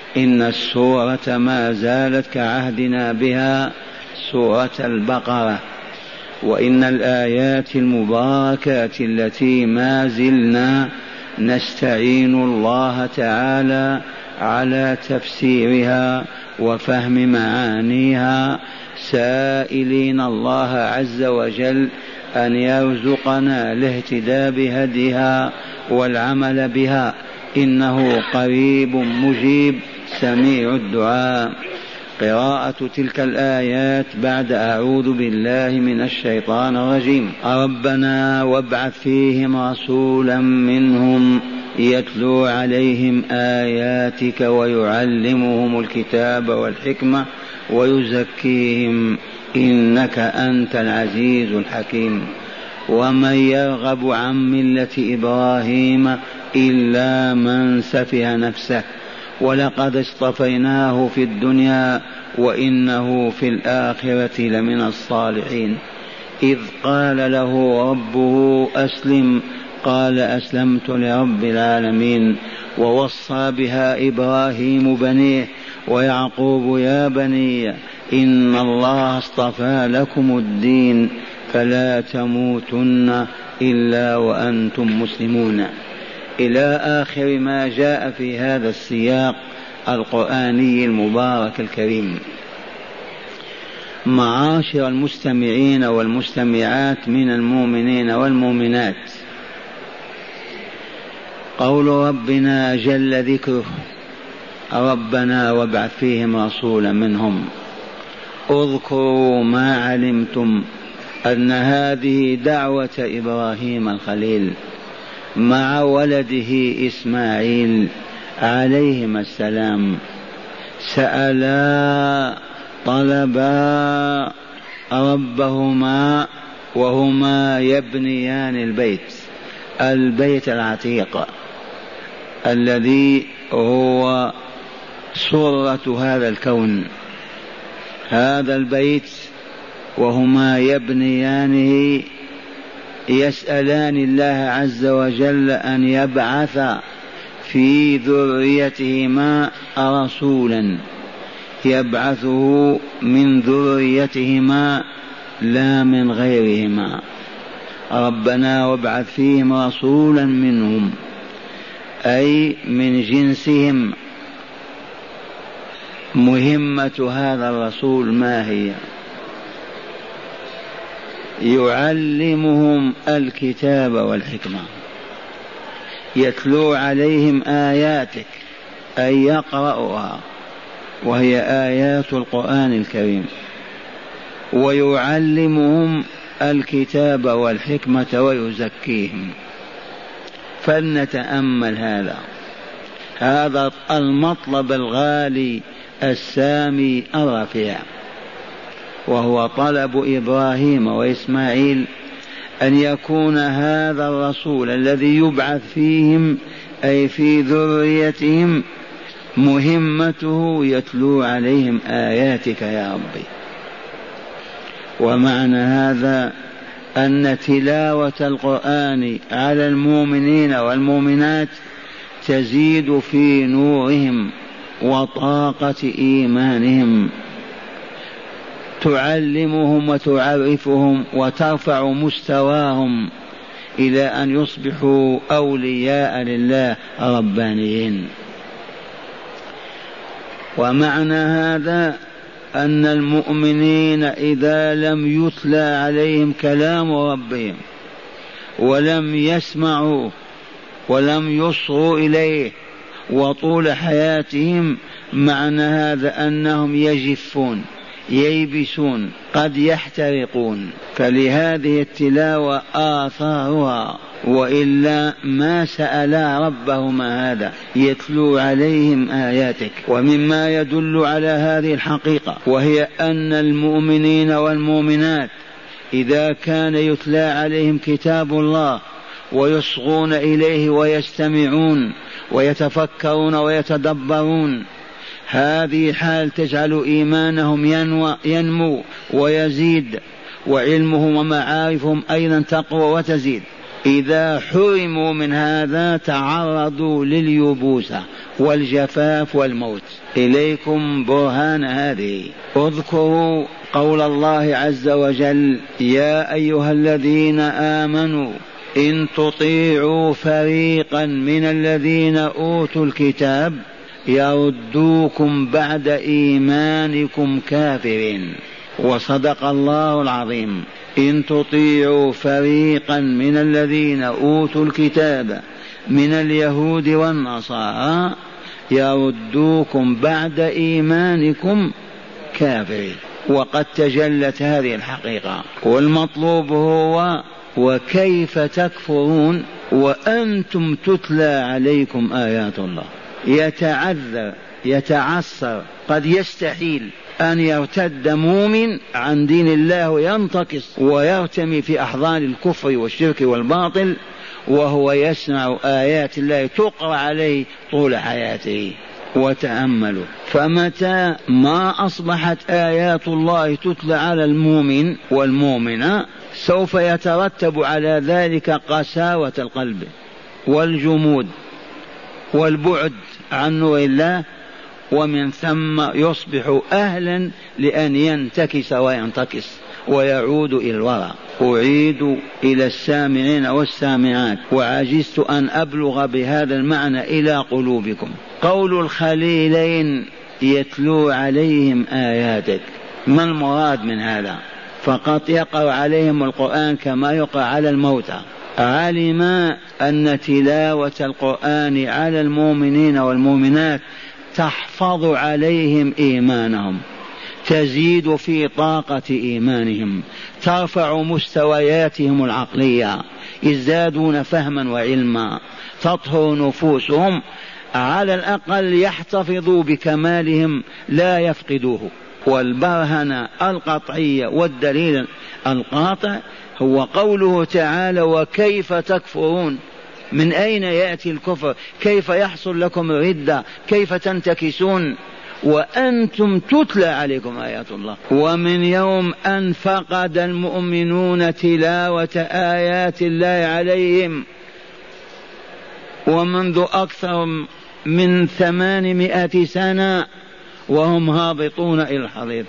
إن السورة ما زالت كعهدنا بها سورة البقرة، وإن الآيات المباركات التي ما زلنا نستعين الله تعالى على تفسيرها وفهم معانيها، سائلين الله عز وجل أن يرزقنا الاهتداء بهديها والعمل بها، إنه قريب مجيب سميع الدعاء. قراءة تلك الآيات بعد أعوذ بالله من الشيطان الرجيم. ربنا وابعث فيهم رسولا منهم يتلو عليهم آياتك ويعلمهم الكتاب والحكمة ويزكيهم إنك أنت العزيز الحكيم. ومن يرغب عن ملة إبراهيم إلا من سفه نفسه ولقد اصطفيناه في الدنيا وإنه في الآخرة لمن الصالحين. إذ قال له ربه أسلم قال أسلمت لرب العالمين. ووصى بها إبراهيم بنيه ويعقوب يا بني إن الله اصطفى لكم الدين فلا تموتن إلا وأنتم مسلمون، إلى آخر ما جاء في هذا السياق القرآني المبارك الكريم. معاشر المستمعين والمستمعات من المؤمنين والمؤمنات، قول ربنا جل ذكره ربنا وابعث فيهم رسولا منهم، اذكروا ما علمتم أن هذه دعوة إبراهيم الخليل مع ولده إسماعيل عليهما السلام، سألا طلبا ربهما وهما يبنيان البيت العتيق الذي هو سرة هذا الكون. هذا البيت وهما يبنيانه يسألان الله عز وجل أن يبعث في ذريتهما رسولا يبعثه من ذريتهما لا من غيرهما. ربنا وابعث فيهم رسولا منهم أي من جنسهم. مهمة هذا الرسول ما هي؟ يعلمهم الكتاب والحكمة، يتلو عليهم آياتك أي يقرأها وهي آيات القرآن الكريم، ويعلمهم الكتاب والحكمة ويزكيهم. فلنتأمل هذا المطلب الغالي السامي الرفيع، وهو طلب إبراهيم وإسماعيل أن يكون هذا الرسول الذي يبعث فيهم أي في ذريتهم مهمته يتلو عليهم آياتك يا ربي. ومعنى هذا أن تلاوة القرآن على المؤمنين والمؤمنات تزيد في نورهم وطاقة إيمانهم، تعلمهم وتعرفهم وترفع مستواهم إلى أن يصبحوا أولياء لله ربانيين. ومعنى هذا أن المؤمنين إذا لم يتلى عليهم كلام ربهم ولم يسمعوا ولم يصغوا إليه وطول حياتهم، معنى هذا أنهم يجفون ييبسون قد يحترقون. فلهذه التلاوة آثارها، وإلا ما سألا ربهما هذا يتلو عليهم آياتك. ومما يدل على هذه الحقيقة وهي أن المؤمنين والمؤمنات إذا كان يتلى عليهم كتاب الله ويصغون إليه ويستمعون ويتفكرون ويتدبرون، هذه حال تجعل إيمانهم ينمو ويزيد، وعلمهم ومعارفهم أيضا تقوى وتزيد. إذا حرموا من هذا تعرضوا لليبوسة والجفاف والموت. إليكم برهان هذه. اذكروا قول الله عز وجل: يا أيها الذين آمنوا إن تطيعوا فريقا من الذين أوتوا الكتاب يردوكم بعد إيمانكم كافرين. وصدق الله العظيم. إن تطيعوا فريقا من الذين أوتوا الكتاب من اليهود والنصارى يردوكم بعد إيمانكم كافرين. وقد تجلت هذه الحقيقة، والمطلوب هو: وكيف تكفرون وأنتم تتلى عليكم آيات الله. يتعذر يتعسر، قد يستحيل أن يرتد مؤمن عن دين الله وينتكس ويرتمي في أحضان الكفر والشرك والباطل وهو يسمع آيات الله تقرأ عليه طول حياته. وتأملوا، فمتى ما أصبحت آيات الله تتلى على المؤمن والمؤمنة سوف يترتب على ذلك قساوة القلب والجمود والبعد عن نور الله، ومن ثم يصبح أهلا لأن ينتكس وينتكس ويعود إلى الورى. أعيد إلى السامعين والسامعات، وعجزت أن أبلغ بهذا المعنى إلى قلوبكم. قول الخليلين: يتلو عليهم آياتك، ما المراد من هذا؟ فقط يقرأ عليهم القرآن كما يقرأ على الموتى. علم أن تلاوة القرآن على المؤمنين والمؤمنات تحفظ عليهم إيمانهم، تزيد في طاقة إيمانهم، ترفع مستوياتهم العقلية، يزدادون فهما وعلما، تطهر نفوسهم، على الأقل يحتفظوا بكمالهم لا يفقدوه. والبرهنة القطعية والدليل القاطع هو قوله تعالى: وكيف تكفرون. من أين يأتي الكفر؟ كيف يحصل لكم الردة؟ كيف تنتكسون وأنتم تتلى عليكم آيات الله؟ ومن يوم أن فقد المؤمنون تلاوة آيات الله عليهم، ومنذ أكثر من 800 سنة وهم هابطون إلى الحضيض،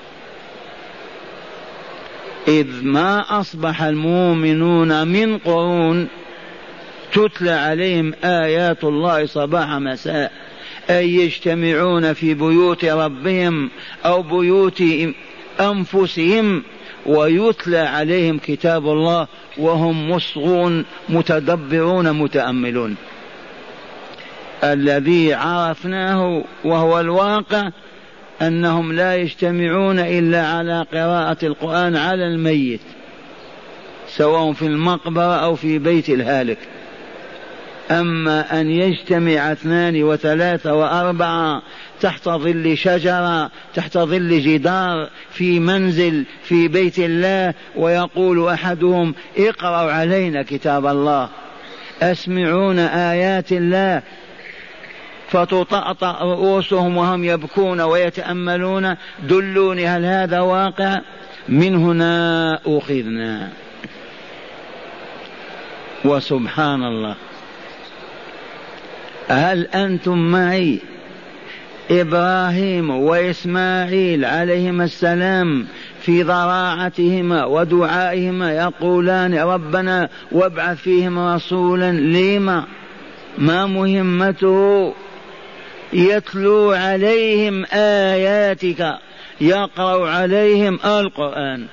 إذ ما أصبح المؤمنون من قرون تتلى عليهم آيات الله صباح مساء، أي يجتمعون في بيوت ربهم أو بيوت أنفسهم ويتلى عليهم كتاب الله وهم مصغون متدبرون متأملون. الذي عرفناه وهو الواقع أنهم لا يجتمعون إلا على قراءة القرآن على الميت، سواء في المقبرة أو في بيت الهالك. أما أن يجتمع 2 و3 و4 تحت ظل شجرة، تحت ظل جدار، في منزل في بيت الله، ويقول أحدهم: اقرأوا علينا كتاب الله، أسمعونا آيات الله، فتطأطأ رؤوسهم وهم يبكون ويتأملون، دلوني هل هذا واقع؟ من هنا أخذنا. وسبحان الله، هل أنتم معي؟ إبراهيم وإسماعيل عليهما السلام في ضراعتهما ودعائهما يقولان: ربنا وابعث فيهم رسولا. لما؟ ما مهمته؟ يتلو عليهم آياتك، يقرأ عليهم القرآن.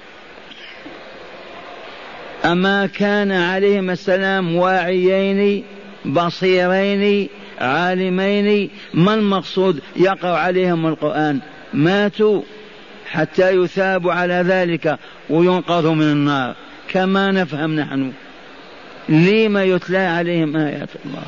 أما كان عليهم السلام واعيين بصيرين عالمين؟ ما المقصود؟ يقرأ عليهم القرآن، ماتوا حتى يثابوا على ذلك وينقذوا من النار كما نفهم نحن. لما يتلى عليهم آيات الله؟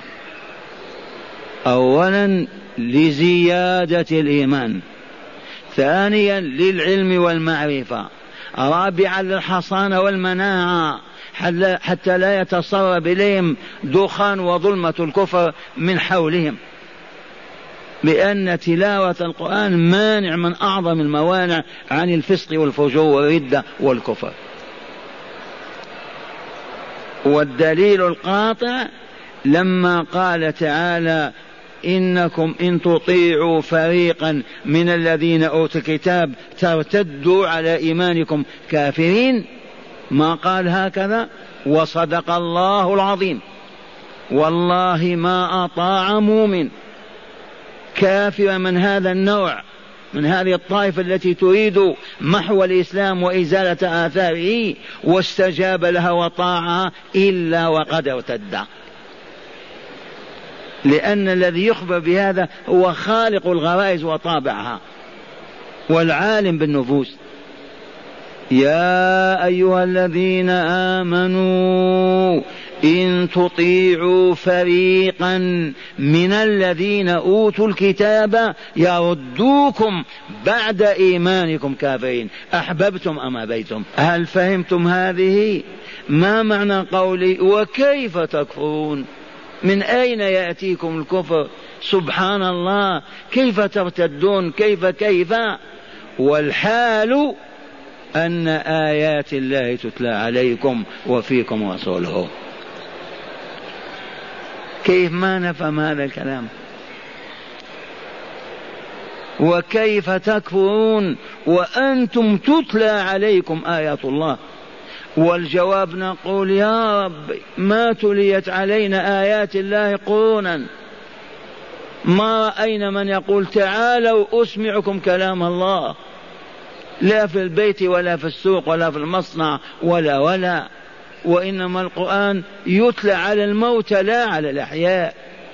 أولا لزيادة الإيمان، ثانيا للعلم والمعرفة، رابعا للحصانة والمناعة حتى لا يتسرب إليهم دخان وظلمة الكفر من حولهم، لأن تلاوة القرآن مانع من أعظم الموانع عن الفسق والفجور والردة والكفر. والدليل القاطع لما قال تعالى إنكم إن تطيعوا فريقا من الذين أوتوا الكتاب ترتدوا على إيمانكم كافرين، ما قال هكذا؟ وصدق الله العظيم. والله ما أطاع مؤمن كافر من هذا النوع، من هذه الطائفة التي تريد محو الإسلام وإزالة آثاره واستجاب لها وطاعها إلا وقد ارتد، لأن الذي يخبر بهذا هو خالق الغرائز وطابعها والعالم بالنفوس. يا أيها الذين آمنوا إن تطيعوا فريقا من الذين أوتوا الكتاب يردوكم بعد إيمانكم كافرين أحببتم أم أبيتم. هل فهمتم هذه؟ ما معنى قولي وكيف تكفرون؟ من أين يأتيكم الكفر؟ سبحان الله، كيف ترتدون؟ كيف والحال أن آيات الله تتلى عليكم وفيكم رسوله. كيف ما نفهم هذا الكلام؟ وكيف تكفرون وأنتم تتلى عليكم آيات الله؟ والجواب نقول يا رب ما تليت علينا آيات الله قرونا، ما رأينا من يقول تعالوا أسمعكم كلام الله، لا في البيت ولا في السوق ولا في المصنع ولا وإنما القرآن يتلى على الموتى لا على الأحياء.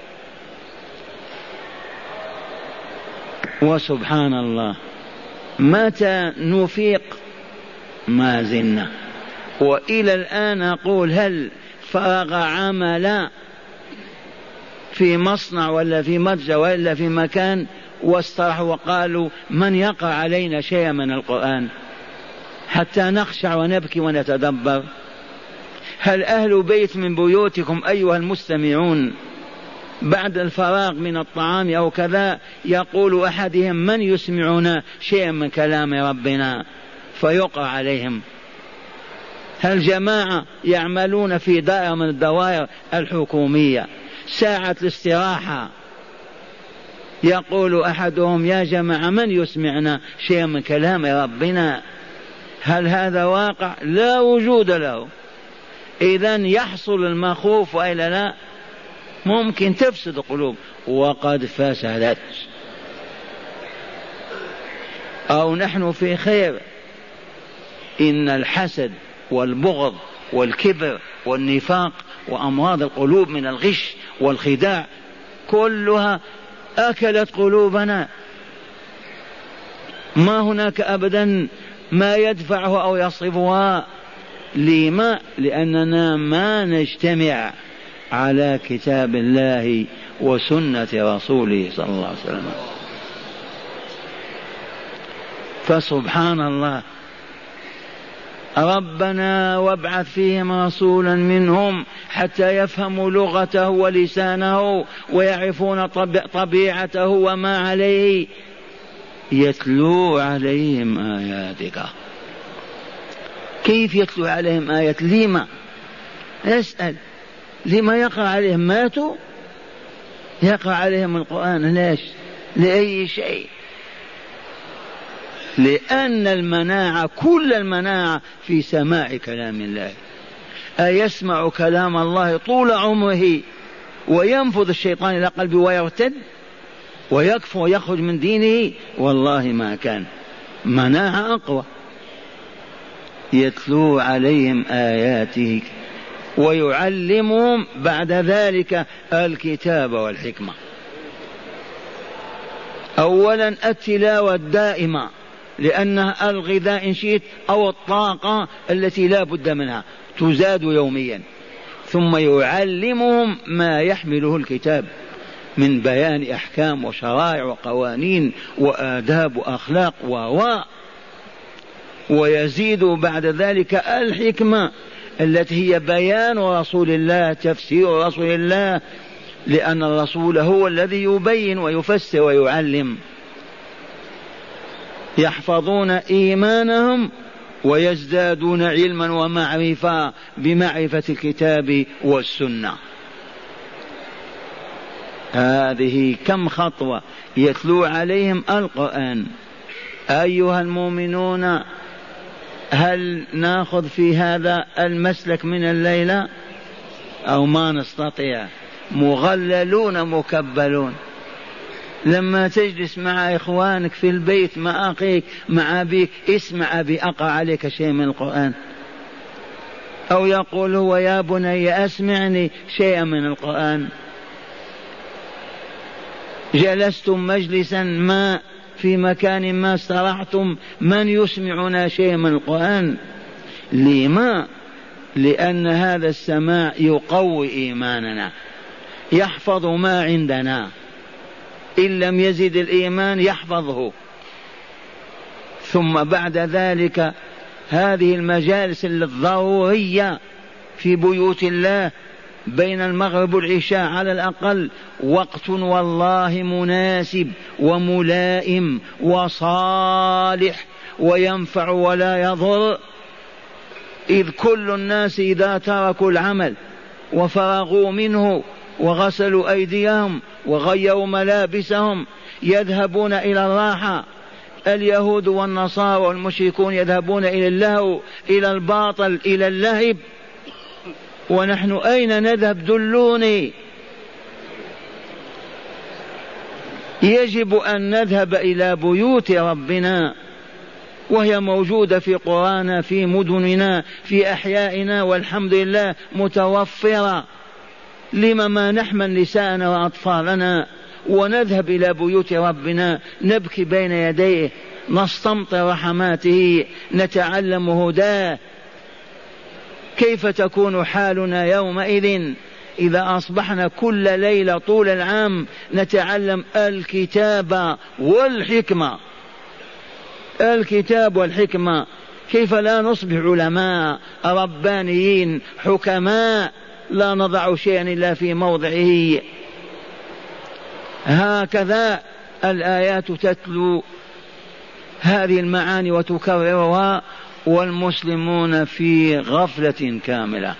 وسبحان الله متى نفيق؟ ما زلنا. وإلى الآن أقول هل فرغ عمل في مصنع ولا في متجر ولا في مكان واستراحوا وقالوا من يقرأ علينا شيئا من القرآن حتى نخشع ونبكي ونتدبر؟ هل أهل بيت من بيوتكم أيها المستمعون بعد الفراغ من الطعام أو كذا يقول أحدهم من يسمعنا شيئا من كلام ربنا فيقرأ عليهم؟ هل جماعة يعملون في دائرة من الدوائر الحكومية ساعة الاستراحة يقول أحدهم يا جماعة من يسمعنا شيئا من كلام ربنا؟ هل هذا واقع؟ لا وجود له. إذن يحصل المخوف وإلا لا؟ ممكن تفسد القلوب وقد فسدت. أو نحن في خير؟ إن الحسد والبغض والكبر والنفاق وأمراض القلوب من الغش والخداع كلها أكلت قلوبنا، ما هناك أبدا ما يدفعه أو يصرفها. لما؟ لأننا ما نجتمع على كتاب الله وسنة رسوله صلى الله عليه وسلم. فسبحان الله، ربنا وابعث فيهم رسولا منهم حتى يفهموا لغته ولسانه ويعرفون طبيعته وما عليه، يتلو عليهم آياتك. كيف يتلو عليهم آيات؟ لما؟ اسأل لما يقرأ عليهم؟ ماتوا؟ يقرأ عليهم القرآن ليش؟ لأي شيء؟ لأن المناعة كل المناعة في سماع كلام الله. أيسمع كلام الله طول عمره وينفذ الشيطان إلى قلبه ويرتد ويكفر ويخرج من دينه؟ والله ما كان. مناعة أقوى. يتلو عليهم آياته ويعلمهم بعد ذلك الكتاب والحكمة. أولا التلاوة الدائمة لأنها الغذاء إن شئت أو الطاقة التي لا بد منها تزاد يوميا. ثم يعلمهم ما يحمله الكتاب من بيان أحكام وشرائع وقوانين وآداب وأخلاق ويزيد بعد ذلك الحكمة التي هي بيان رسول الله، تفسير رسول الله، لأن الرسول هو الذي يبين ويفسر ويعلم. يحفظون إيمانهم ويزدادون علما ومعرفة بمعرفة الكتاب والسنة. هذه كم خطوة يتلو عليهم القرآن. أيها المؤمنون، هل ناخذ في هذا المسلك من الليلة أو ما نستطيع؟ مغللون مكبلون. لما تجلس مع إخوانك في البيت، مع أخيك، مع أبيك، اسمع أبي أقرأ عليك شيء من القرآن، أو يقول هو يا بني أسمعني شيئا من القرآن. جلستم مجلسا ما في مكان ما استرحتم، من يسمعنا شيء من القرآن؟ لما؟ لأن هذا السماع يقوي إيماننا، يحفظ ما عندنا، إن لم يزد الإيمان يحفظه. ثم بعد ذلك هذه المجالس الضرورية في بيوت الله بين المغرب والعشاء على الأقل وقت والله مناسب وملائم وصالح وينفع ولا يضر، إذ كل الناس إذا تركوا العمل وفرغوا منه وغسلوا أيديهم وغيروا ملابسهم يذهبون إلى الراحة. اليهود والنصارى والمشركون يذهبون إلى اللهو، إلى الباطل، إلى اللهب، ونحن أين نذهب؟ دلوني. يجب أن نذهب إلى بيوت ربنا، وهي موجودة في قرانا، في مدننا، في أحيائنا، والحمد لله متوفرة. لما ما نحمل نساءنا وأطفالنا ونذهب إلى بيوت ربنا، نبكي بين يديه، نستمطر رحماته، نتعلم هداه. كيف تكون حالنا يومئذ إذا أصبحنا كل ليلة طول العام نتعلم الكتاب والحكمة؟ الكتاب والحكمة. كيف لا نصبح علماء ربانيين حكماء لا نضع شيئا إلا في موضعه؟ هكذا الآيات تتلو هذه المعاني وتكررها، والمسلمون في غفلة كاملة.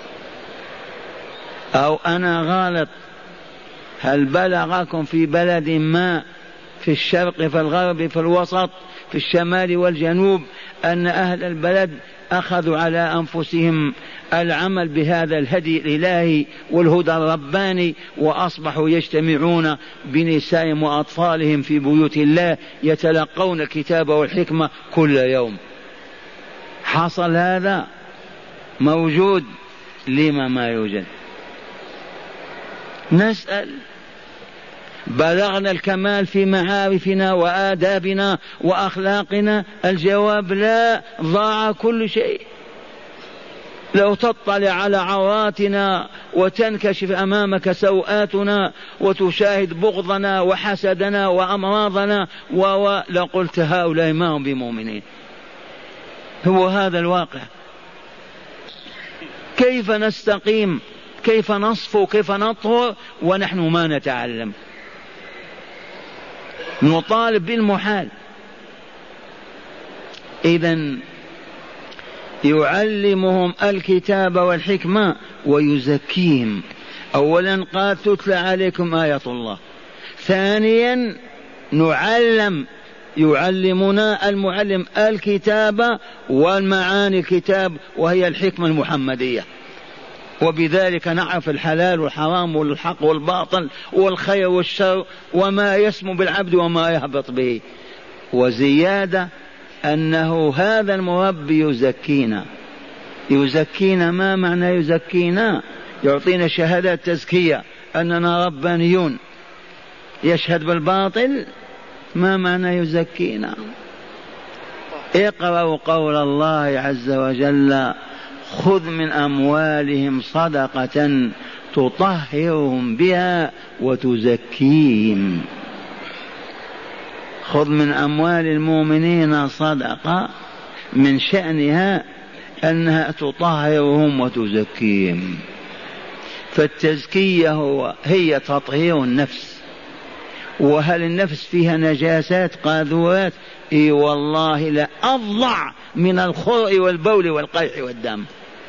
أو أنا غالط؟ هل بلغكم في بلد ما، في الشرق، في الغرب، في الوسط، في الشمال والجنوب، أن أهل البلد أخذوا على أنفسهم العمل بهذا الهدي الإلهي والهدى الرباني، وأصبحوا يجتمعون بنسائهم وأطفالهم في بيوت الله يتلقون الكتاب والحكمة كل يوم؟ حصل هذا؟ موجود؟ لما ما يوجد؟ نسأل. بلغنا الكمال في معارفنا وآدابنا وأخلاقنا؟ الجواب لا، ضاع كل شيء. لو تطلع على عوراتنا وتنكشف أمامك سوءاتنا وتشاهد بغضنا وحسدنا وأمراضنا لقلت هؤلاء ما هم بمؤمنين. هو هذا الواقع. كيف نستقيم؟ كيف نصفو؟ كيف نطهر ونحن ما نتعلم؟ نطالب بالمحال. إذن يعلمهم الكتاب والحكمة ويزكيهم. أولا قال تتلى عليكم آية الله. ثانيا يعلمنا المعلم الكتاب والمعاني الكتاب وهي الحكمة المحمدية، وبذلك نعرف الحلال والحرام والحق والباطل والخير والشر وما يسمو بالعبد وما يهبط به. وزيادة أنه هذا المربي يزكينا. ما معنى يزكينا؟ يعطينا شهادة تزكية أننا ربانيون. يشهد بالباطل؟ ما معنى يزكينا؟ اقرأوا قول الله عز وجل: خذ من أموالهم صدقة تطهرهم بها وتزكيهم. خذ من أموال المؤمنين صدقة من شأنها أنها تطهرهم وتزكيهم. فالتزكية هي تطهير النفس وهل النفس فيها نجاسات قاذورات؟ اي والله لأفظع من الخرء والبول والقيح والدم،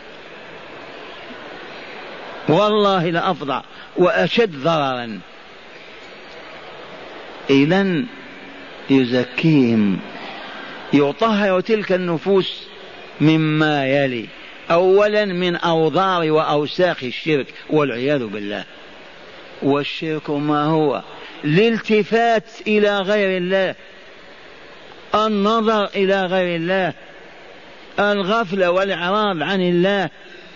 والله لأفظع وأشد ضررا. إذن يزكيهم، يطهر تلك النفوس مما يلي: أولا من أوضار وأوساخ الشرك والعياذ بالله. والشرك ما هو؟ الالتفات إلى غير الله، النظر إلى غير الله، الغفلة والإعراض عن الله،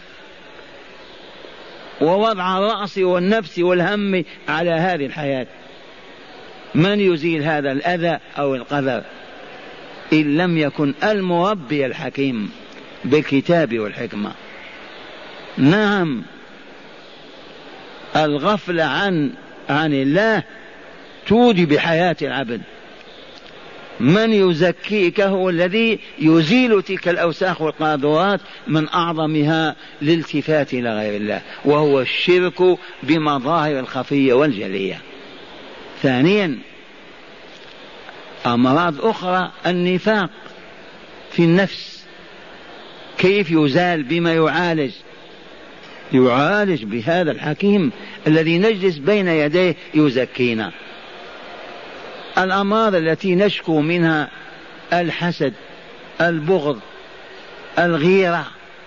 ووضع الرأس والنفس والهم على هذه الحياة. من يزيل هذا الأذى أو القذر إن لم يكن المربي الحكيم بالكتاب والحكمة؟ نعم، الغفلة عن الله تودي بحياة العبد. من يزكيك هو الذي يزيل تلك الأوساخ والقاذورات، من أعظمها الالتفات إلى غير الله، وهو الشرك بمظاهر الخفية والجلية. ثانيا أمراض أخرى، النفاق في النفس. كيف يزال؟ بما يعالج بهذا الحكيم الذي نجلس بين يديه يزكينا. الأمراض التي نشكو منها: الحسد، البغض، الغيرة،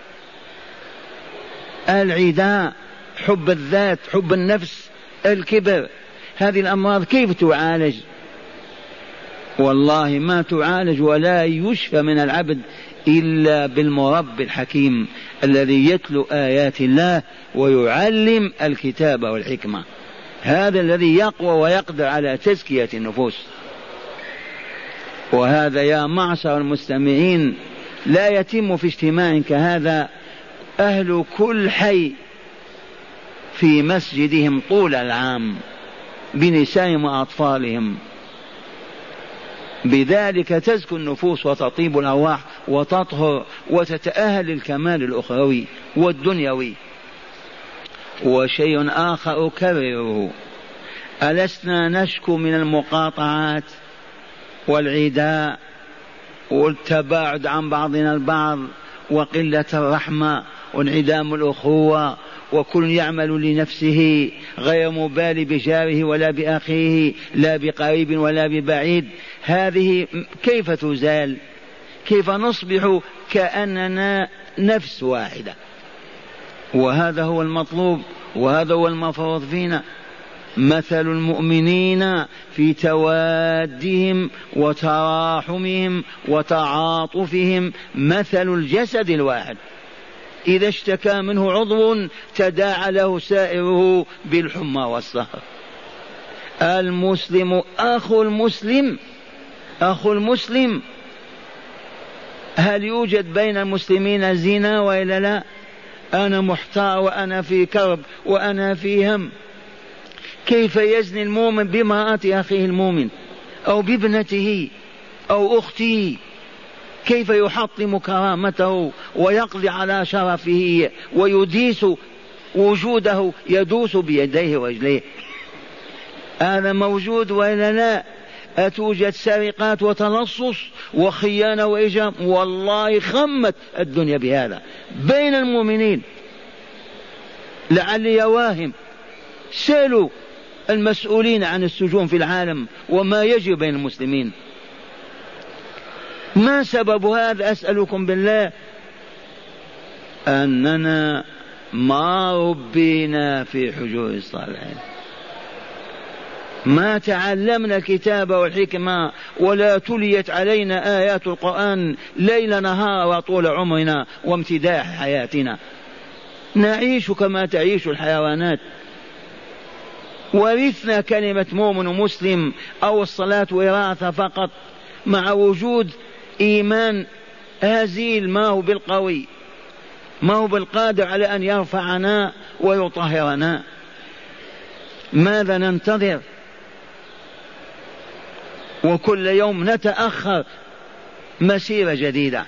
العداء، حب الذات، حب النفس، الكبر. هذه الأمراض كيف تعالج؟ والله ما تعالج ولا يشفى من العبد إلا بالمربي الحكيم الذي يتلو آيات الله ويعلم الكتاب والحكمة. هذا الذي يقوى ويقدر على تزكية النفوس. وهذا يا معشر المستمعين لا يتم في اجتماع كهذا أهل كل حي في مسجدهم طول العام بنسائهم وأطفالهم. بذلك تزكو النفوس وتطيب الأرواح وتطهر وتتأهل للكمال الأخروي والدنيوي. وشيء آخر أكرره: ألسنا نشكو من المقاطعات والعداء والتباعد عن بعضنا البعض وقلة الرحمة وانعدام الأخوة، وكل يعمل لنفسه غير مبالي بجاره ولا بأخيه، لا بقريب ولا ببعيد؟ هذه كيف تزال؟ كيف نصبح كأننا نفس واحدة؟ وهذا هو المطلوب، وهذا هو المفروض فينا. مثل المؤمنين في توادهم وتراحمهم وتعاطفهم مثل الجسد الواحد، إذا اشتكى منه عضو تداعى له سائره بالحمى والسهر. المسلم أخو المسلم. هل يوجد بين المسلمين زنا وإلا لا؟ أنا محتار وأنا في كرب وأنا في هم. كيف يزني المؤمن بامرأة أخيه المؤمن أو بابنته أو أخته؟ كيف يحطم كرامته ويقضي على شرفه ويديس وجوده، يدوس بيديه ورجليه؟ هذا موجود وإلا لا؟ أتوجد سرقات وتلصص وخيانة وإجرام؟ والله خمت الدنيا بهذا بين المؤمنين. لعلي واهم، سألوا المسؤولين عن السجون في العالم وما يجري بين المسلمين. ما سبب هذا؟ أسألكم بالله أننا ما ربينا في حجور الصالحين، ما تعلمنا الكتاب والحكمة، ولا تليت علينا آيات القرآن ليل نهار وطول عمرنا وامتداح حياتنا. نعيش كما تعيش الحيوانات. ورثنا كلمة مؤمن ومسلم أو الصلاة وراثة فقط، مع وجود إيمان هزيل ما هو بالقوي، ما هو بالقادر على أن يرفعنا ويطهرنا. ماذا ننتظر؟ وكل يوم نتأخر مسيرة جديدة.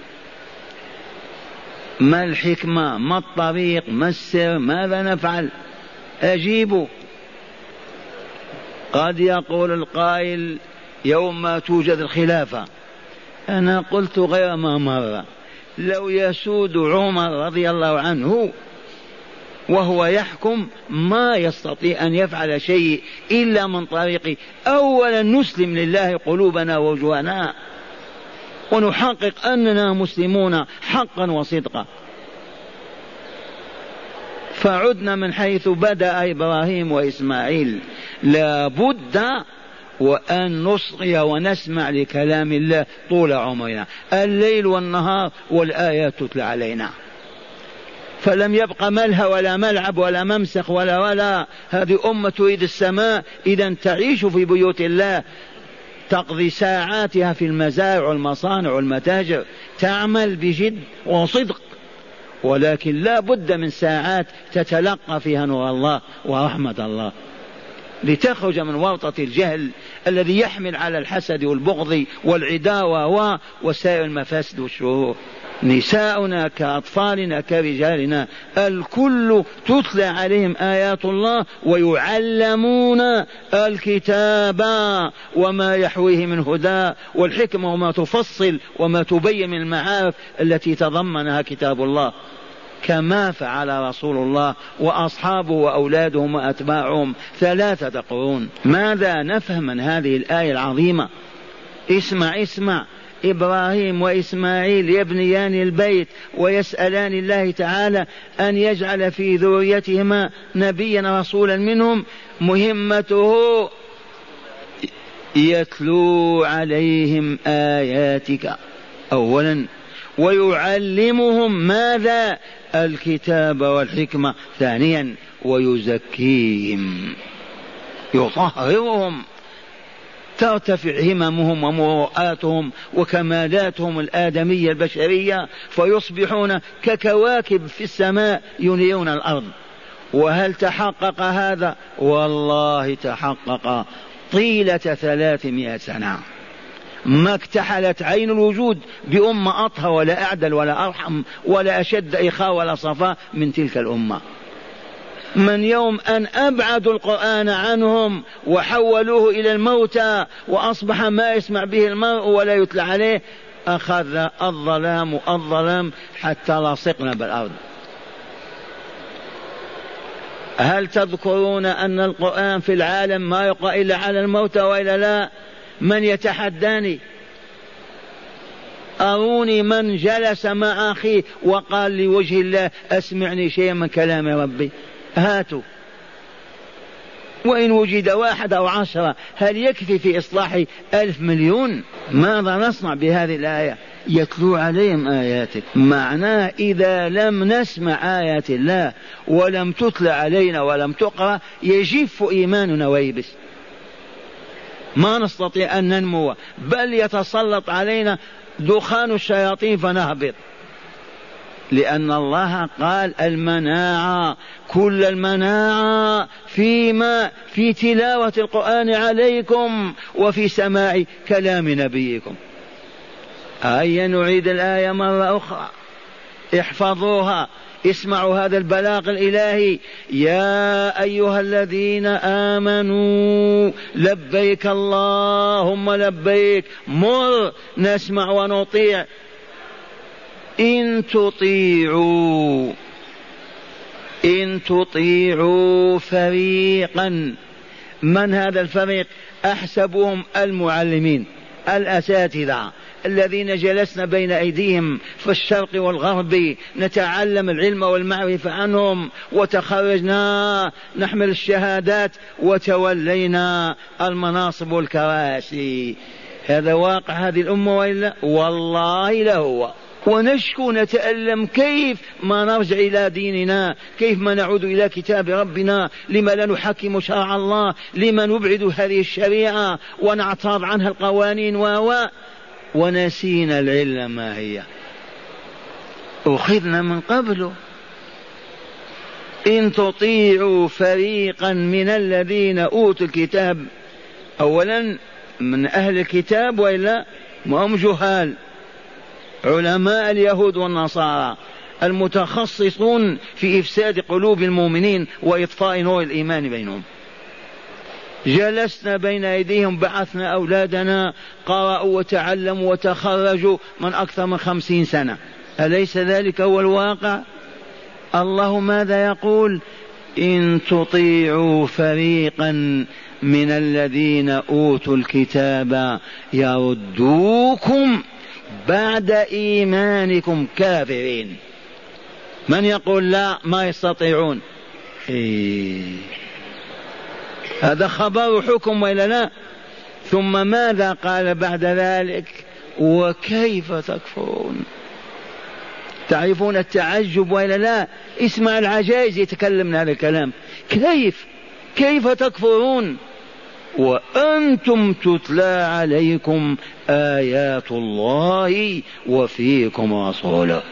ما الحكمة؟ ما الطريق؟ ما السر؟ ماذا نفعل؟ أجيبوا. قد يقول القائل يوم ما توجد الخلافة، أنا قلت غير ما مر، لو يسود عمر رضي الله عنه وهو يحكم ما يستطيع أن يفعل شيء إلا من طريق أولا نسلم لله قلوبنا ووجوهنا ونحقق أننا مسلمون حقا وصدقا. فعدنا من حيث بدأ إبراهيم وإسماعيل، لا بد وأن نصغي ونسمع لكلام الله طول عمرنا، الليل والنهار والآيات تتلى علينا، فلم يبق ملهى ولا ملعب ولا ممسخ ولا هذه أمة تريد السماء، إذا تعيش في بيوت الله، تقضي ساعاتها في المزارع والمصانع والمتاجر، تعمل بجد وصدق، ولكن لا بد من ساعات تتلقى فيها نور الله ورحمة الله لتخرج من ورطة الجهل الذي يحمل على الحسد والبغض والعداوة وسائر المفاسد والشرور. نساؤنا كأطفالنا كرجالنا الكل تتلى عليهم آيات الله ويعلمون الكتاب وما يحويه من هدى والحكمة وما تفصل وما تبين من المعارف التي تضمنها كتاب الله، كما فعل رسول الله وأصحابه وأولادهم وأتباعهم 3 قرون. ماذا نفهم من هذه الآية العظيمة؟ اسمع إبراهيم وإسماعيل يبنيان البيت ويسألان الله تعالى أن يجعل في ذريتهما نبيا رسولا منهم، مهمته يتلو عليهم آياتك أولا ويعلمهم ماذا؟ الكتاب والحكمة ثانيا ويزكيهم يطهرهم، ترتفع هممهم ومروءاتهم وكمالاتهم الآدمية البشرية فيصبحون ككواكب في السماء ينيرون الأرض. وهل تحقق هذا؟ والله تحقق طيلة 300 سنة. ما اكتحلت عين الوجود بأمة أطهر ولا أعدل ولا أرحم ولا أشد إخاء ولا صفاء من تلك الأمة. من يوم أن أبعدوا القرآن عنهم وحولوه إلى الموتى وأصبح ما يسمع به المرء ولا يتلى عليه، أخذ الظلام حتى لصقنا بالأرض. هل تذكرون أن القرآن في العالم ما يقرأ إلا على الموتى وإلا لا؟ من يتحداني؟ أروني من جلس مع أخيه وقال لوجه الله أسمعني شيئا من كلام ربي، هاتوا. وإن وجد 1 أو 10 هل يكفي في إصلاح 1,000 مليون؟ ماذا نصنع بهذه الآية؟ يتلو عليهم آياته، معناه إذا لم نسمع آيات الله ولم تتلى علينا ولم تقرأ يجف إيماننا ويبس، ما نستطيع أن ننمو، بل يتسلط علينا دخان الشياطين فنهبط، لأن الله قال المناعة، كل المناعة في تلاوة القرآن عليكم وفي سماع كلام نبيكم. هيا نعيد الآية مرة أخرى، احفظوها، اسمعوا هذا البلاغ الإلهي. يا أيها الذين آمنوا لبيك اللهم لبيك، مر نسمع ونطيع. إن تطيعوا فريقا، من هذا الفريق؟ أحسبهم المعلمين الأساتذة الذين جلسنا بين أيديهم في الشرق والغرب نتعلم العلم والمعرفة عنهم، وتخرجنا نحمل الشهادات وتولينا المناصب والكراسي. هذا واقع هذه الأمة وإلا؟ والله لهو. ونشكو نتألم كيف ما نرجع إلى ديننا، كيف ما نعود إلى كتاب ربنا، لما لا نحكم شرع الله، لما نبعد هذه الشريعة ونعترض عنها القوانين ونسينا العلة ما هي، أخذنا من قبله. إن تطيعوا فريقا من الذين أوتوا الكتاب، أولا من أهل الكتاب وإلا ما هم جهال، علماء اليهود والنصارى المتخصصون في إفساد قلوب المؤمنين وإطفاء نور الإيمان بينهم. جلسنا بين أيديهم، بعثنا أولادنا قرأوا وتعلموا وتخرجوا من أكثر من 50 سنة. أليس ذلك هو الواقع؟ الله ماذا يقول؟ إن تطيعوا فريقا من الذين أوتوا الكتاب يردوكم بعد إيمانكم كافرين. من يقول لا ما يستطيعون؟ هذا خبر حكم وإلا لا؟ ثم ماذا قال بعد ذلك؟ وكيف تكفرون. تعرفون التعجب وإلا لا؟ اسمع العجائز يتكلم هذا الكلام. كيف تكفرون وأنتم تتلى عليكم آيات الله وفيكم رسوله.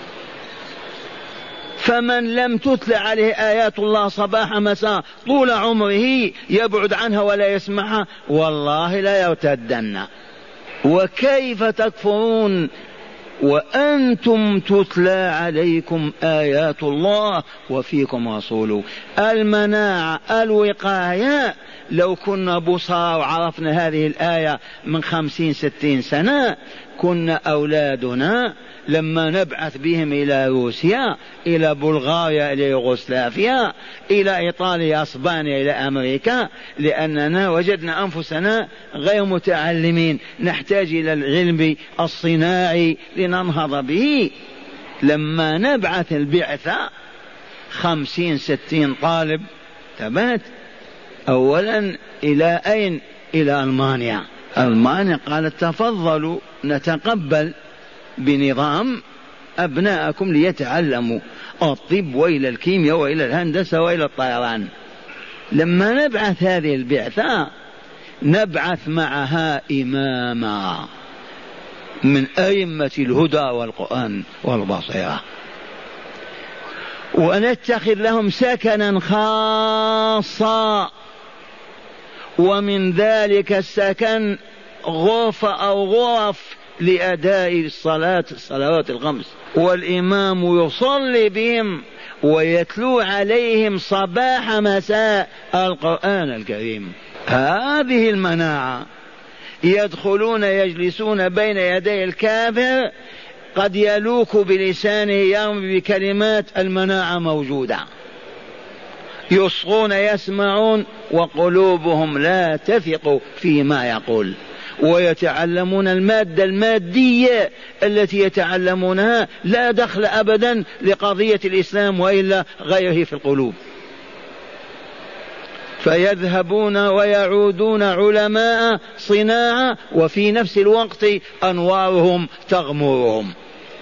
فمن لم تتلى عليه آيات الله صباح مساء طول عمره يبعد عنها ولا يسمعها، والله لا يرتدن. وكيف تكفرون وأنتم تتلى عليكم آيات الله وفيكم رسوله. المناعة الوقاية، لو كنا بصار وعرفنا هذه الآية من 50-60 سنة كنا أولادنا لما نبعث بهم إلى روسيا، إلى بلغاريا، إلى يوغوسلافيا، إلى إيطاليا، إسبانيا، إلى أمريكا، لأننا وجدنا أنفسنا غير متعلمين، نحتاج إلى العلم الصناعي لننهض به. لما نبعث البعثة 50-60 طالب تبات، أولا إلى أين؟ إلى ألمانيا. ألمانيا قالت تفضلوا نتقبل بنظام أبناءكم ليتعلموا الطب وإلى الكيمياء وإلى الهندسة وإلى الطيران. لما نبعث هذه البعثة نبعث معها إماما من أئمة الهدى والقرآن والبصيرة، ونتخذ لهم سكنا خاصا، ومن ذلك السكن غرفة أو غرف لأداء الصلوات الخمس، والإمام يصلي بهم ويتلو عليهم صباح مساء القرآن الكريم. هذه المناعة. يدخلون يجلسون بين يدي الكافر قد يلوك بلسانه يرمي بكلمات، المناعة موجودة. يصغون يسمعون وقلوبهم لا تثق فيما يقول، ويتعلمون المادة المادية التي يتعلمونها لا دخل أبدا لقضية الإسلام وإلا غيره في القلوب. فيذهبون ويعودون علماء صناعة، وفي نفس الوقت أنوارهم تغمرهم.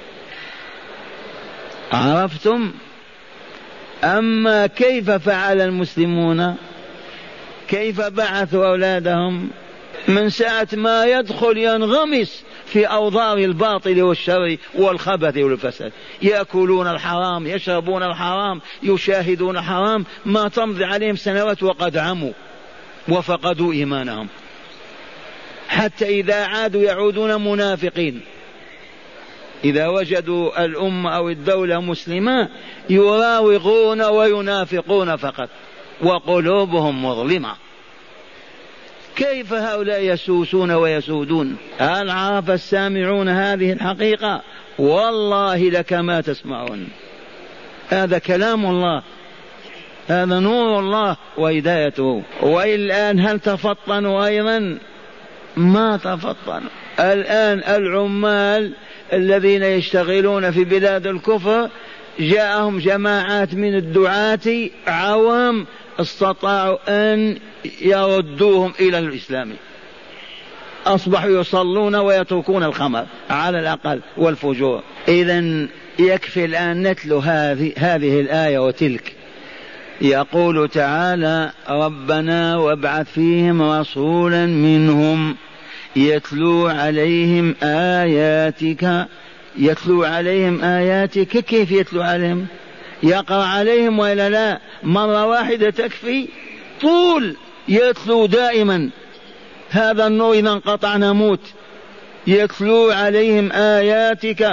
عرفتم؟ أما كيف فعل المسلمون؟ كيف بعثوا أولادهم؟ من ساعة ما يدخل ينغمس في أوضار الباطل والشر والخبث والفساد، يأكلون الحرام، يشربون الحرام، يشاهدون الحرام، ما تمضي عليهم سنوات وقد عموا وفقدوا إيمانهم، حتى إذا عادوا يعودون منافقين. إذا وجدوا الأمة أو الدولة مسلمة يراوغون وينافقون فقط وقلوبهم مظلمة. كيف هؤلاء يسوسون ويسودون؟ هل عرف السامعون هذه الحقيقة؟ والله لكما تسمعون. هذا كلام الله، هذا نور الله وهدايته. والآن هل تفطنوا أيضا؟ ما تفطنوا. الآن العمال الذين يشتغلون في بلاد الكفر جاءهم جماعات من الدعاة عوام استطاعوا أن يردوهم إلى الإسلام، أصبحوا يصلون ويتركون الخمر على الأقل والفجور. إذن يكفي الآن نتلو هذه الآية وتلك. يقول تعالى: ربنا وابعث فيهم رسولا منهم يتلو عليهم آياتك. يتلو عليهم آياتك، كيف يتلو عليهم؟ يقرأ عليهم وإلا لا؟ مرة واحدة تكفي؟ طول يتلو دائما. هذا النور إذا انقطع نموت. يتلو عليهم آياتك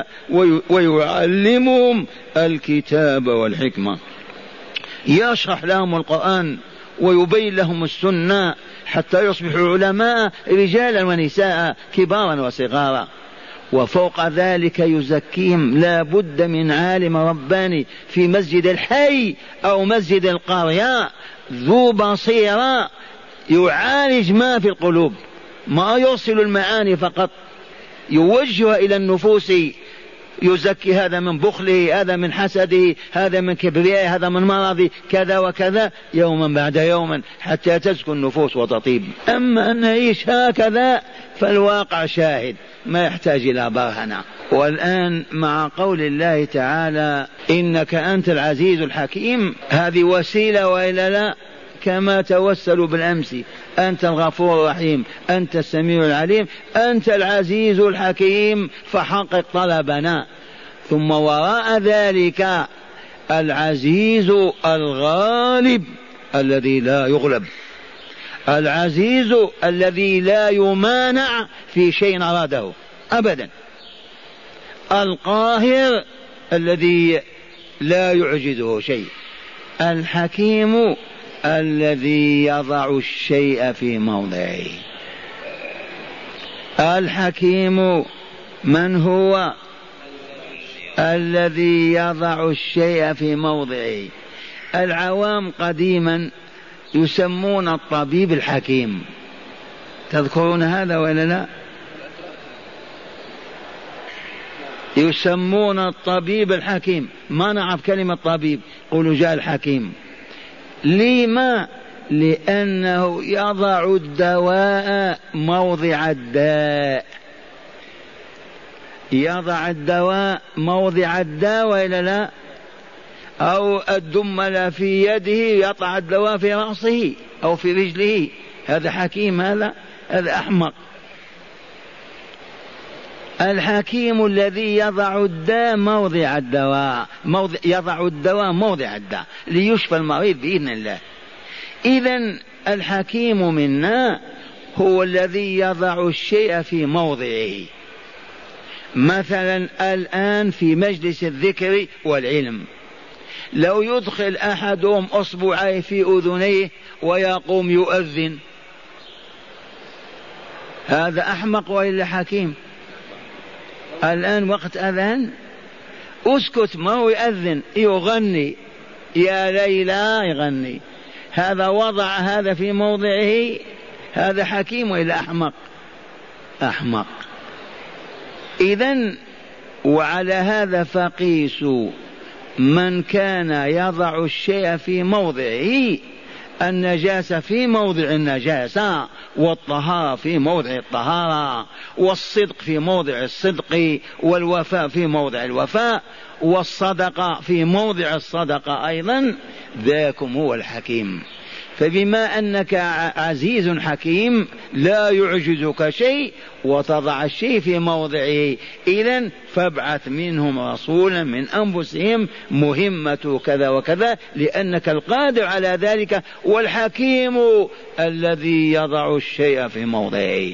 ويعلمهم الكتاب والحكمة، يشرح لهم القرآن ويبين لهم السنة حتى يصبحوا علماء رجالا ونساء كبارا وصغارا. وفوق ذلك يزكيهم. لا بد من عالم رباني في مسجد الحي أو مسجد القرية ذو بصيرة يعالج ما في القلوب، ما يرسل المعاني فقط، يوجه إلى النفوس، يزكي هذا من بخله، هذا من حسده، هذا من كبريائه، هذا من مرضه، كذا وكذا، يوما بعد يوم حتى تزكو النفوس وتطيب. أما أن نعيش هكذا فالواقع شاهد، ما يحتاج إلى برهنة. والآن مع قول الله تعالى إنك أنت العزيز الحكيم، هذه وسيلة وإلا لا؟ كما توسلوا بالأمس، أنت الغفور الرحيم، أنت السميع العليم، أنت العزيز الحكيم، فحقق طلبنا. ثم وراء ذلك العزيز الغالب الذي لا يغلب، العزيز الذي لا يمانع في شيء أراده أبدا، القاهر الذي لا يعجزه شيء، الحكيم الذي يضع الشيء في موضعه. الحكيم من هو؟ الذي يضع الشيء في موضعه. العوام قديما يسمون الطبيب الحكيم، تذكرون هذا ولا لا؟ يسمون الطبيب الحكيم، ما نعرف كلمة طبيب، قولوا جاء الحكيم. لما؟ لأنه يضع الدواء موضع الداء، يضع الدواء موضع الداء وإلا لا؟ أو الدمل في يده يضع الدواء في رأسه أو في رجله، هذا حكيم؟ هذا أحمق. الحكيم الذي يضع الداء موضع الدواء، يضع الدواء موضع الداء ليشفى المريض بإذن الله. إذن الحكيم منا هو الذي يضع الشيء في موضعه. مثلا الآن في مجلس الذكر والعلم لو يدخل أحدهم أصبعيه في أذنيه ويقوم يؤذن، هذا أحمق وإلا حكيم؟ الآن وقت أذان، اسكت، ما هو يأذن، يغني يا ليلى يغني، هذا وضع هذا في موضعه، هذا حكيم وإلا أحمق؟ أحمق. إذن وعلى هذا فقيسوا من كان يضع الشيء في موضعه، النجاسة في موضع النجاسة، والطهارة في موضع الطهارة، والصدق في موضع الصدق، والوفاء في موضع الوفاء، والصدقة في موضع الصدقة أيضا، ذاكم هو الحكيم. فبما أنك عزيز حكيم لا يعجزك شيء وتضع الشيء في موضعه، إذن فابعث منهم رسولا من أنفسهم مهمة كذا وكذا، لأنك القادر على ذلك، والحكيم الذي يضع الشيء في موضعه.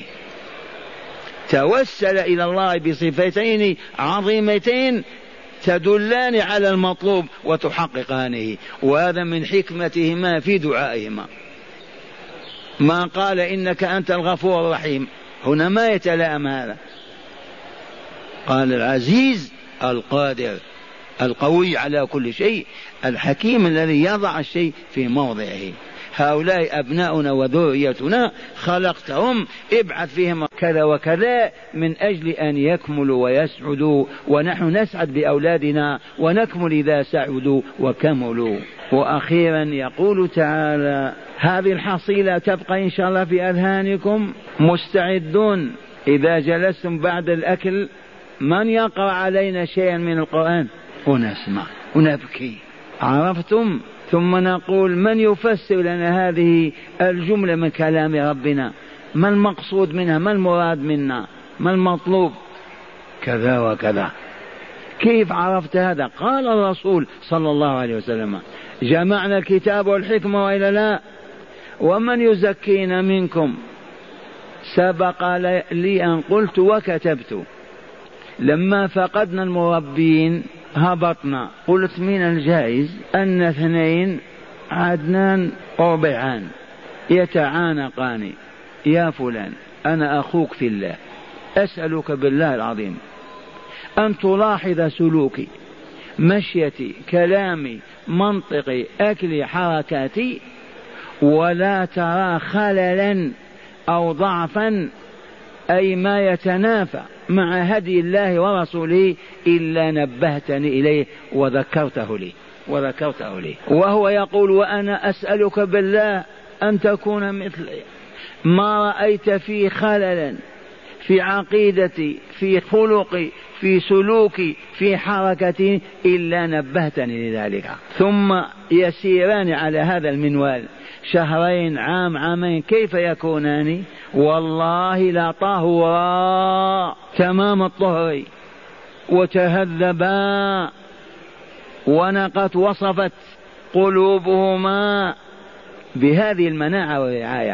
توسل إلى الله بصفتين عظيمتين تدلان على المطلوب وتحققانه، وهذا من حكمتهما في دعائهما. ما قال إنك أنت الغفور الرحيم، هنا ما يتلائم هذا، قال العزيز القادر القوي على كل شيء، الحكيم الذي يضع الشيء في موضعه. هؤلاء أبناؤنا وذريتنا خلقتهم، ابعث فيهم كذا وكذا من أجل أن يكملوا ويسعدوا، ونحن نسعد بأولادنا ونكمل إذا سعدوا وكملوا. وأخيرا يقول تعالى: هذه الحصيلة تبقى إن شاء الله في أذهانكم. مستعدون إذا جلستم بعد الأكل من يقرأ علينا شيئا من القرآن ونسمع ونبكي، عرفتم؟ ثم نقول من يفسر لنا هذه الجملة من كلام ربنا، ما المقصود منها، ما المراد منا، ما المطلوب، كذا وكذا. كيف عرفت هذا؟ قال الرسول صلى الله عليه وسلم: جمعنا الكتاب والحكمة وإلا لا؟ ومن يزكينا منكم؟ سبق لي أن قلت وكتبت لما فقدنا المربين هبطنا، قلت من الجائز أن 2 عدنان وربيعان يتعانقان: يا فلان أنا أخوك في الله، أسألك بالله العظيم أن تلاحظ سلوكي، مشيتي، كلامي، منطقي، أكلي، حركاتي، ولا ترى خللا أو ضعفا أي ما يتنافى مع هدي الله ورسوله إلا نبهتني إليه وذكرته لي وهو يقول: وأنا أسألك بالله أن تكون مثلي، ما رأيت في خللا في عقيدتي، في خلقي، في سلوكي، في حركتي إلا نبهتني لذلك. ثم يسيران على هذا المنوال شهرين، عام، عامين، كيف يكونان؟ والله لا طهورا تمام الطهر وتهذبا ونقت وصفت قلوبهما بهذه المناعة والرعاية.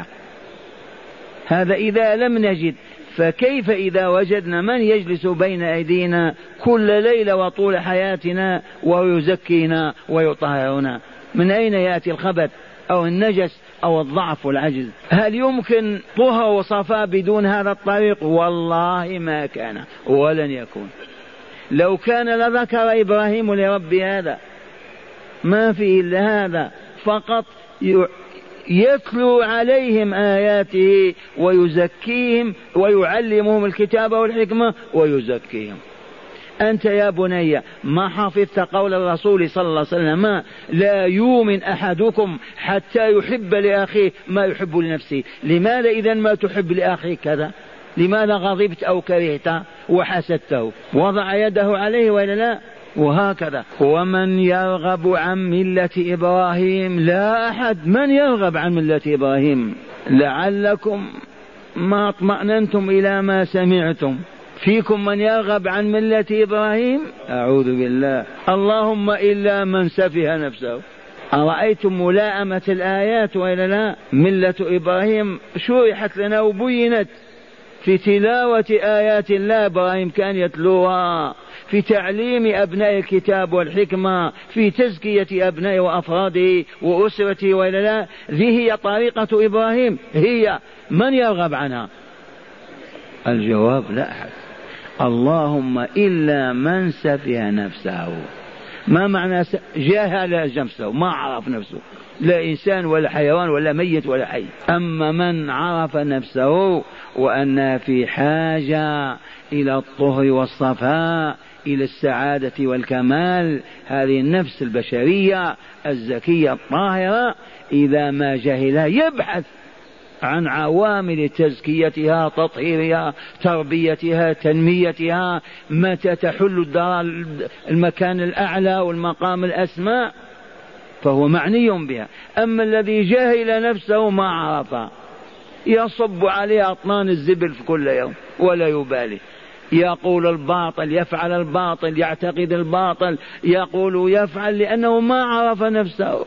هذا إذا لم نجد، فكيف إذا وجدنا من يجلس بين أيدينا كل ليلة وطول حياتنا ويزكينا ويطهرنا؟ من أين يأتي الخبث أو النجس أو الضعف والعجز؟ هل يمكن طهر وصفاء بدون هذا الطريق؟ والله ما كان ولن يكون. لو كان لذكر إبراهيم لرب هذا، ما فيه إلا هذا فقط، يتلو عليهم آياته ويزكيهم ويعلمهم الكتاب والحكمة ويزكيهم. أنت يا بني ما حفظت قول الرسول صلى الله عليه وسلم: لا يؤمن أحدكم حتى يحب لأخيه ما يحب لنفسه؟ لماذا إذا ما تحب لأخيك كذا؟ لماذا غضبت أو كرهت وحسدته؟ وضع يده عليه ولا لا؟ وهكذا. ومن يرغب عن ملة إبراهيم؟ لا أحد. من يرغب عن ملة إبراهيم؟ لعلكم ما اطمأننتم إلى ما سمعتم. فيكم من يرغب عن ملة إبراهيم؟ أعوذ بالله. اللهم إلا من سفه نفسه. أرأيتم ملائمة الآيات وإلا لا؟ ملة إبراهيم شرحت لنا وبينت في تلاوة آيات الله. إبراهيم كان يتلوها في تعليم أبناء الكتاب والحكمة، في تزكية أبناء وأفراده وأسرته وإلا لا؟ ذي هي طريقة إبراهيم. هي من يرغب عنها؟ الجواب: لا أحد. اللهم إلا من سفه نفسه. ما معنى جاهل نفسه؟ ما عرف نفسه، لا إنسان ولا حيوان ولا ميت ولا حي. أما من عرف نفسه وأن في حاجة إلى الطهر والصفاء، إلى السعادة والكمال، هذه النفس البشرية الزكية الطاهرة إذا ما جهلها يبحث عن عوامل تزكيتها، تطهيرها، تربيتها، تنميتها، متى تحل المكان الأعلى والمقام الأسمى فهو معني بها. أما الذي جاهل نفسه ما عرفها يصب عليه أطنان الزبل في كل يوم ولا يبالي، يقول الباطل، يفعل الباطل، يعتقد الباطل، يقول يفعل، لأنه ما عرف نفسه،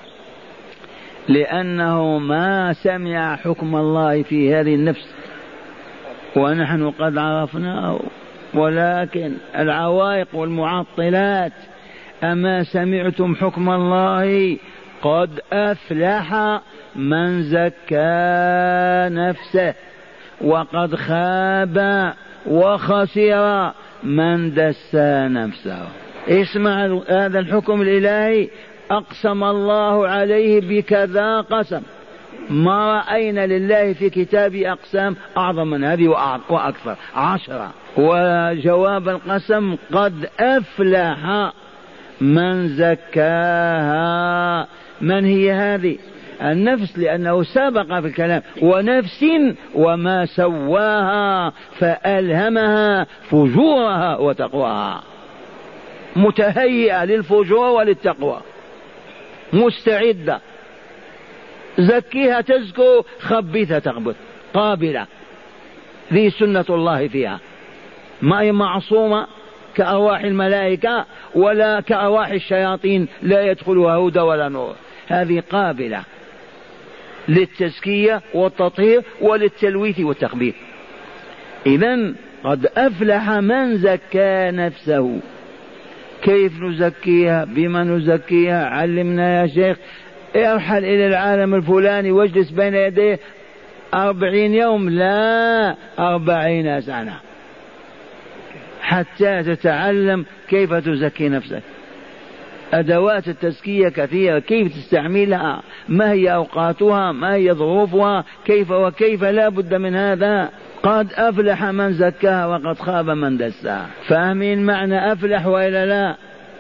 لأنه ما سمع حكم الله في هذه النفس. ونحن قد عرفناه، ولكن العوائق والمعطلات: أما سمعتم حكم الله؟ قد أفلح من زكى نفسه وقد خاب وخسر من دسى نفسه. اسمع هذا الحكم الإلهي: أقسم الله عليه بكذا قسم. ما رأينا لله في كتابه أقسام أعظم من هذه وأكثر، 10. وجواب القسم: قد أفلح من زكاها. من هي هذه النفس؟ لأنه سبق في الكلام: ونفس وما سواها فألهمها فجورها وتقواها. متهيئة للفجور وللتقوى، مستعدة. زكيها تزكو، خبثها تخبث، قابلة. ذي سنة الله فيها، ما هي معصومة كأرواح الملائكة ولا كأرواح الشياطين، لا يدخلها هدى ولا نور. هذه قابلة للتزكية والتطهير وللتلويث والتخبيث. إذن قد أفلح من زكى نفسه. كيف نزكيها؟ بما نزكيها؟ علمنا يا شيخ. ارحل إلى العالم الفلاني واجلس بين يديه 40 يوم، لا 40 سنة حتى تتعلم كيف تزكي نفسك. أدوات التزكية كثيرة، كيف تستعملها، ما هي أوقاتها، ما هي ظروفها، كيف وكيف، لا بد من هذا. قد أفلح من زكاها وقد خاب من دساها. فاهمين معنى أفلح وإلا لا؟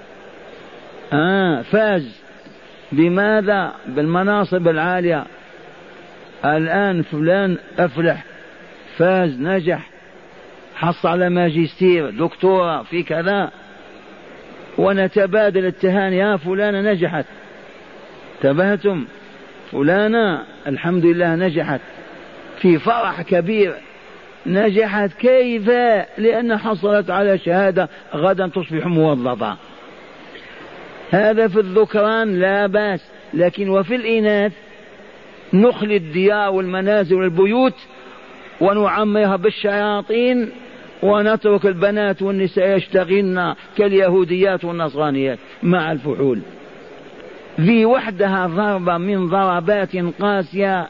فاز. بماذا؟ بالمناصب العالية. الآن فلان أفلح، فاز، نجح، حصل على ماجستير، دكتوراه في كذا، ونتبادل التهاني، يا فلانة نجحت، انتبهتم؟ فلانة الحمد لله نجحت، في فرح كبير. نجحت كيف؟ لأن حصلت على شهادة، غدا تصبح موظفة. هذا في الذكران لا بأس، لكن وفي الإناث نخلي الديار والمنازل والبيوت ونعمرها بالشياطين ونترك البنات والنساء يشتغلن كاليهوديات والنصرانيات مع الفحول. ذي وحدها ضربة من ضربات قاسية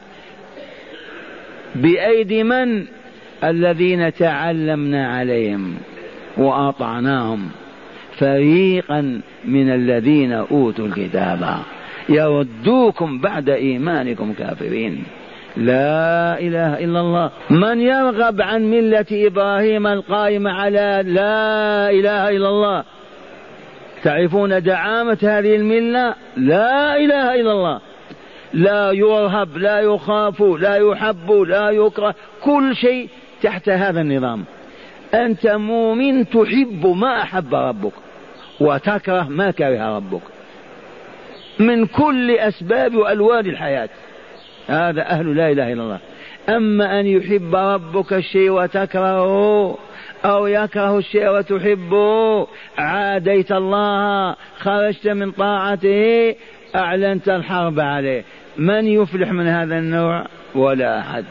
بأيدي من؟ الذين تعلمنا عليهم وأطعناهم، فريقا من الذين أوتوا الكتاب يردوكم بعد إيمانكم كافرين. لا إله إلا الله. من يرغب عن ملة إبراهيم القائمة على لا إله إلا الله؟ تعرفون دعامة هذه الملة؟ لا إله إلا الله. لا يرهب، لا يخاف، لا يحب، لا يكره، كل شيء تحت هذا النظام. أنت مؤمن تحب ما أحب ربك وتكره ما كره ربك من كل أسباب وألوان الحياة. هذا أهل لا إله إلا الله. أما أن يحب ربك الشيء وتكرهه، أو يكره الشيء وتحبه، عاديت الله، خرجت من طاعته، أعلنت الحرب عليه. من يفلح من هذا النوع؟ ولا أحد.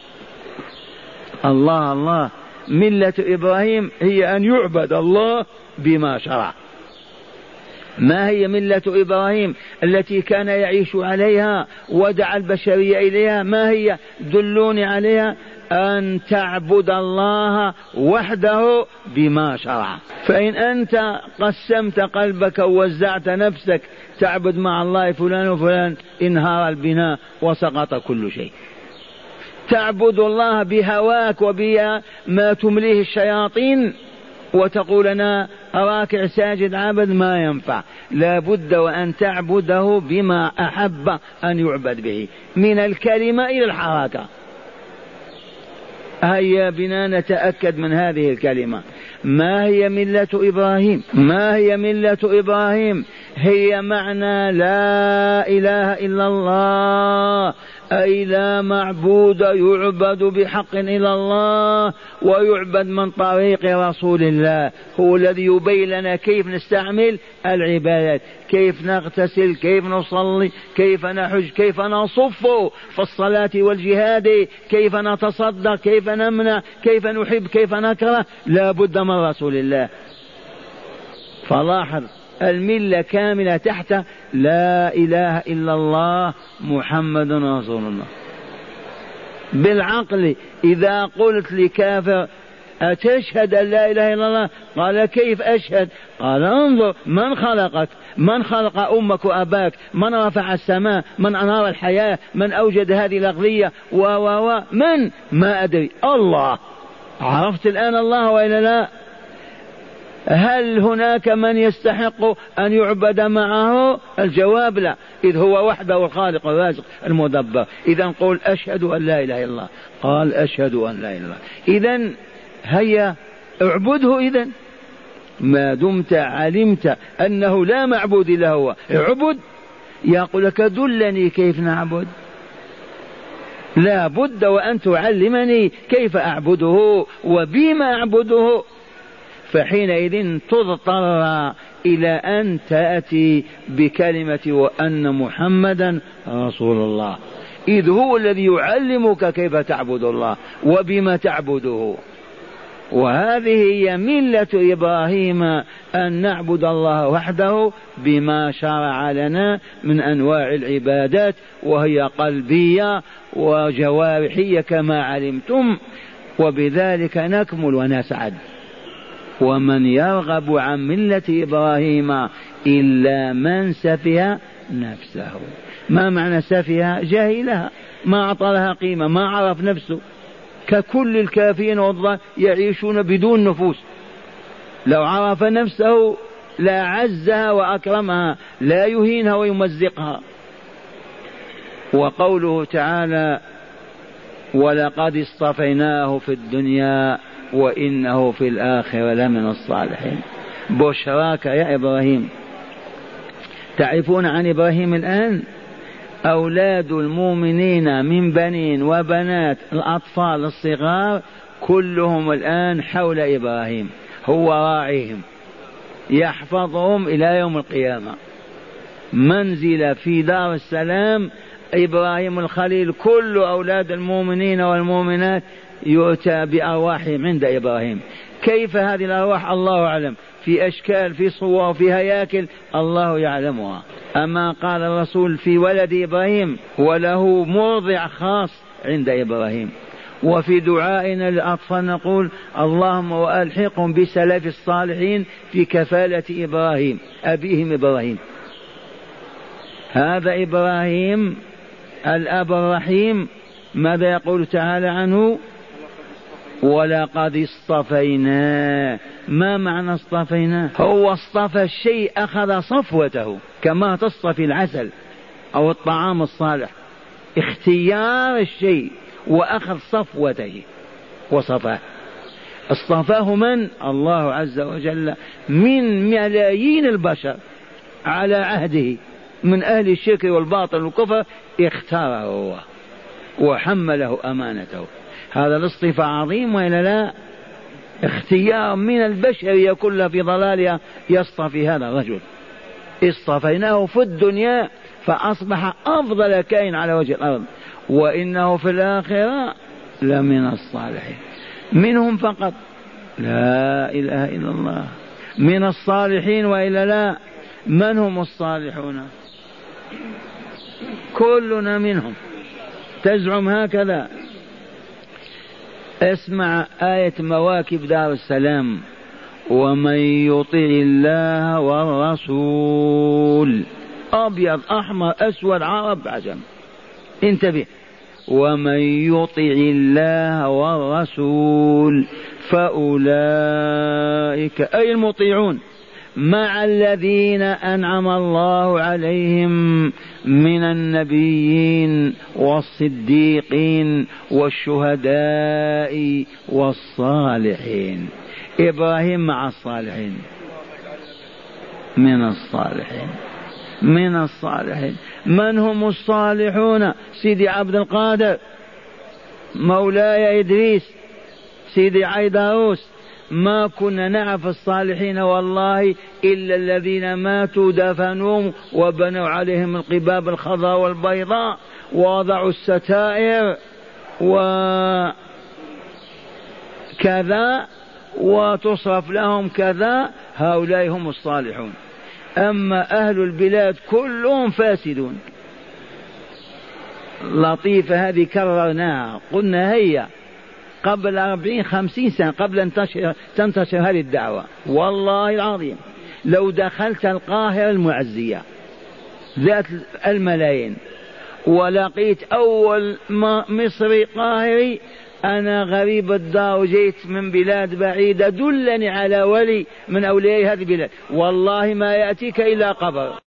الله الله. ملة إبراهيم هي أن يعبد الله بما شرع. ما هي ملة إبراهيم التي كان يعيش عليها ودعا البشرية إليها؟ ما هي؟ دلوني عليها. أن تعبد الله وحده بما شرع. فإن أنت قسمت قلبك ووزعت نفسك تعبد مع الله فلان وفلان، انهار البناء وسقط كل شيء. تعبد الله بهواك وبما تمليه الشياطين وتقول أنا راكع ساجد عابد، ما ينفع. لا بد وأن تعبده بما أحب أن يعبد به، من الكلمة إلى الحركة. هيا بنا نتأكد من هذه الكلمة. ما هي ملة إبراهيم؟ ما هي ملة إبراهيم؟ هي معنى لا إله إلا الله، أي لا معبود يعبد بحق إلا الله، ويعبد من طريق رسول الله. هو الذي يبين لنا كيف نستعمل العبادات، كيف نغتسل، كيف نصلي، كيف نحج، كيف نصف في الصلاة والجهاد، كيف نتصدق، كيف نمنع، كيف نحب، كيف نكره. لا بد من رسول الله. فلاحظ الملة كاملة تحت لا إله إلا الله محمد رسول الله. بالعقل إذا قلت لكافر أتشهد أن لا إله إلا الله؟ قال كيف أشهد؟ قال انظر من خلقك، من خلق أمك وأباك، من رفع السماء، من أنار الحياة، من أوجد هذه الأغذية من؟ ما أدري. الله. عرفت الآن الله وإلا لا؟ هل هناك من يستحق أن يعبد معه؟ الجواب لا، إذ هو وحده الخالق الرازق المدبر. إذن قل أشهد أن لا إله إلا الله. قال أشهد أن لا إله إلا الله. إذن هيا اعبده. إذن ما دمت علمت أنه لا معبود إلا هو اعبد. يقول لك دلني كيف نعبد. لا بد وأن تعلمني كيف أعبده وبما أعبده. فحينئذ تضطر إلى أن تأتي بكلمة وأن محمدا رسول الله، إذ هو الذي يعلمك كيف تعبد الله وبما تعبده. وهذه هي ملة إبراهيم، أن نعبد الله وحده بما شرع لنا من أنواع العبادات، وهي قلبية وجوارحية كما علمتم، وبذلك نكمل ونسعد. ومن يرغب عن ملة إبراهيم إلا من سفه نفسه. ما معنى سفه؟ جاهلها، ما أعطى لها قيمة، ما عرف نفسه، ككل الكافرين والظالمين يعيشون بدون نفوس. لو عرف نفسه لا عزها وأكرمها، لا يهينها ويمزقها. وقوله تعالى ولقد اصطفيناه في الدنيا وإنه في الآخرة لمن الصالحين. بشراك يا إبراهيم. تعرفون عن إبراهيم الآن أولاد المؤمنين من بنين وبنات، الأطفال الصغار كلهم الآن حول إبراهيم، هو راعيهم يحفظهم إلى يوم القيامة. منزل في دار السلام إبراهيم الخليل، كل أولاد المؤمنين والمؤمنات يؤتى بأرواحهم عند إبراهيم. كيف هذه الأرواح الله أعلم، في أشكال، في صور، في هياكل، الله يعلمها. أما قال الرسول في ولد إبراهيم وله مرضع خاص عند إبراهيم. وفي دعائنا للأطفال نقول اللهم وألحقهم بسلف الصالحين في كفالة إبراهيم أبيهم إبراهيم. هذا إبراهيم الأب الرحيم. ماذا يقول تعالى عنه؟ ولقد اصطفيناه. ما معنى اصطفيناه؟ هو اصطفى الشيء، أخذ صفوته كما تصطفي العسل أو الطعام الصالح، اختيار الشيء وأخذ صفوته وصفاه. اصطفاه من؟ الله عز وجل من ملايين البشر على عهده من أهل الشرك والباطل والكفر، اختاره هو وحمله أمانته. هذا الاصطفاء عظيم وإلا لا؟ اختيار من البشرية كلها في ضلالها يصطفي هذا الرجل. اصطفيناه في الدنيا فأصبح أفضل كائن على وجه الأرض، وإنه في الآخرة لمن الصالحين. منهم فقط؟ لا إله إلا الله، من الصالحين وإلا لا؟ من هم الصالحون؟ كلنا منهم. تزعم هكذا؟ اسمع آية مواكب دار السلام: ومن يطع الله والرسول. أبيض أحمر أسود عرب عجم، انتبه. ومن يطع الله والرسول فأولئك أي المطيعون مع الذين أنعم الله عليهم من النبيين والصديقين والشهداء والصالحين. إبراهيم مع الصالحين، من الصالحين، من الصالحين. من هم الصالحون؟ سيدي عبد القادر، مولاي إدريس، سيدي عيدروس. ما كنا نعرف الصالحين والله إلا الذين ماتوا دفنوهم وبنوا عليهم القباب الخضراء والبيضاء ووضعوا الستائر وكذا وتصرف لهم كذا، هؤلاء هم الصالحون. أما أهل البلاد كلهم فاسدون. لطيفة هذه كررناها، قلنا هي قبل 40-50 سنة قبل أن تنتشر هذه الدعوة. والله العظيم لو دخلت القاهرة المعزية ذات الملايين ولقيت أول مصري قاهري، أنا غريب الدار جيت من بلاد بعيدة، دلني على ولي من أولياء هذه البلاد، والله ما يأتيك إلا قبر.